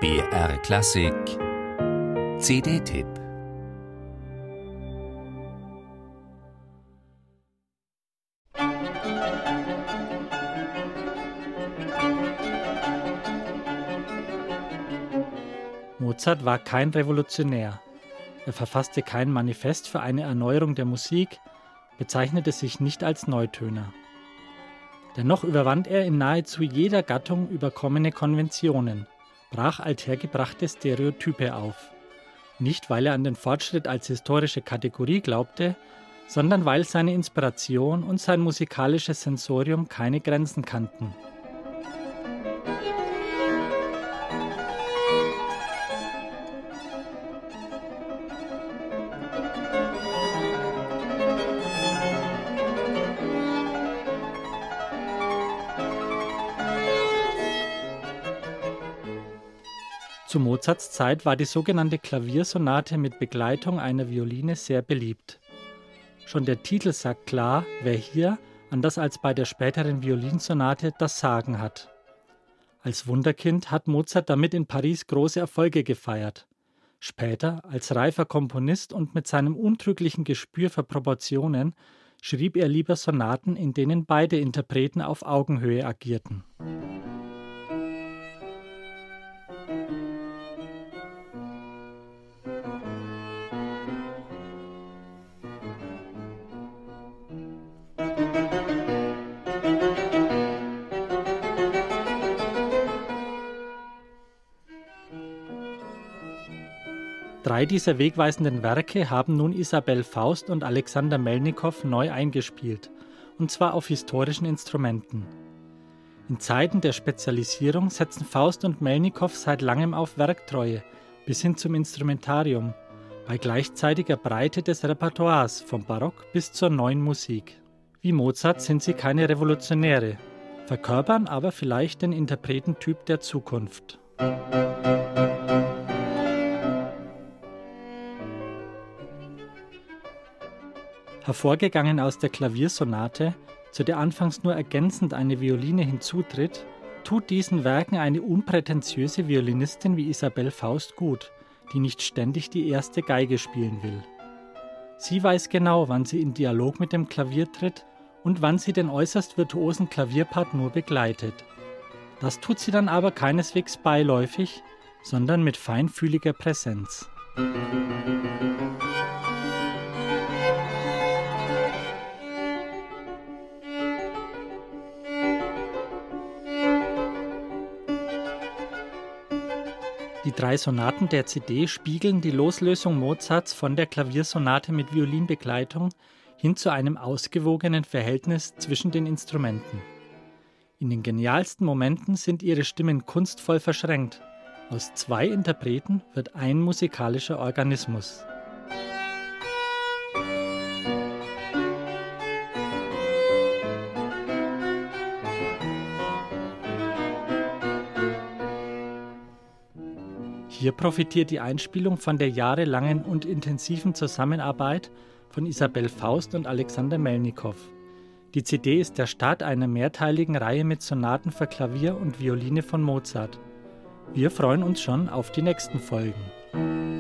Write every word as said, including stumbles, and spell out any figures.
B R Klassik C D-Tipp. Mozart war kein Revolutionär. Er verfasste kein Manifest für eine Erneuerung der Musik, bezeichnete sich nicht als Neutöner. Dennoch überwand er in nahezu jeder Gattung überkommene Konventionen, brach althergebrachte Stereotype auf. Nicht, weil er an den Fortschritt als historische Kategorie glaubte, sondern weil seine Inspiration und sein musikalisches Sensorium keine Grenzen kannten. Zu Mozarts Zeit war die sogenannte Klaviersonate mit Begleitung einer Violine sehr beliebt. Schon der Titel sagt klar, wer hier, anders als bei der späteren Violinsonate, das Sagen hat. Als Wunderkind hat Mozart damit in Paris große Erfolge gefeiert. Später, als reifer Komponist und mit seinem untrüglichen Gespür für Proportionen, schrieb er lieber Sonaten, in denen beide Interpreten auf Augenhöhe agierten. Drei dieser wegweisenden Werke haben nun Isabell Faust und Alexander Melnikow neu eingespielt, und zwar auf historischen Instrumenten. In Zeiten der Spezialisierung setzen Faust und Melnikow seit langem auf Werktreue bis hin zum Instrumentarium, bei gleichzeitiger Breite des Repertoires vom Barock bis zur neuen Musik. Wie Mozart sind sie keine Revolutionäre, verkörpern aber vielleicht den Interpretentyp der Zukunft. Hervorgegangen aus der Klaviersonate, zu der anfangs nur ergänzend eine Violine hinzutritt, tut diesen Werken eine unprätentiöse Violinistin wie Isabell Faust gut, die nicht ständig die erste Geige spielen will. Sie weiß genau, wann sie in Dialog mit dem Klavier tritt und wann sie den äußerst virtuosen Klavierpart nur begleitet. Das tut sie dann aber keineswegs beiläufig, sondern mit feinfühliger Präsenz. Die drei Sonaten der C D spiegeln die Loslösung Mozarts von der Klaviersonate mit Violinbegleitung hin zu einem ausgewogenen Verhältnis zwischen den Instrumenten. In den genialsten Momenten sind ihre Stimmen kunstvoll verschränkt. Aus zwei Interpreten wird ein musikalischer Organismus. Hier profitiert die Einspielung von der jahrelangen und intensiven Zusammenarbeit von Isabell Faust und Alexander Melnikow. Die C D ist der Start einer mehrteiligen Reihe mit Sonaten für Klavier und Violine von Mozart. Wir freuen uns schon auf die nächsten Folgen.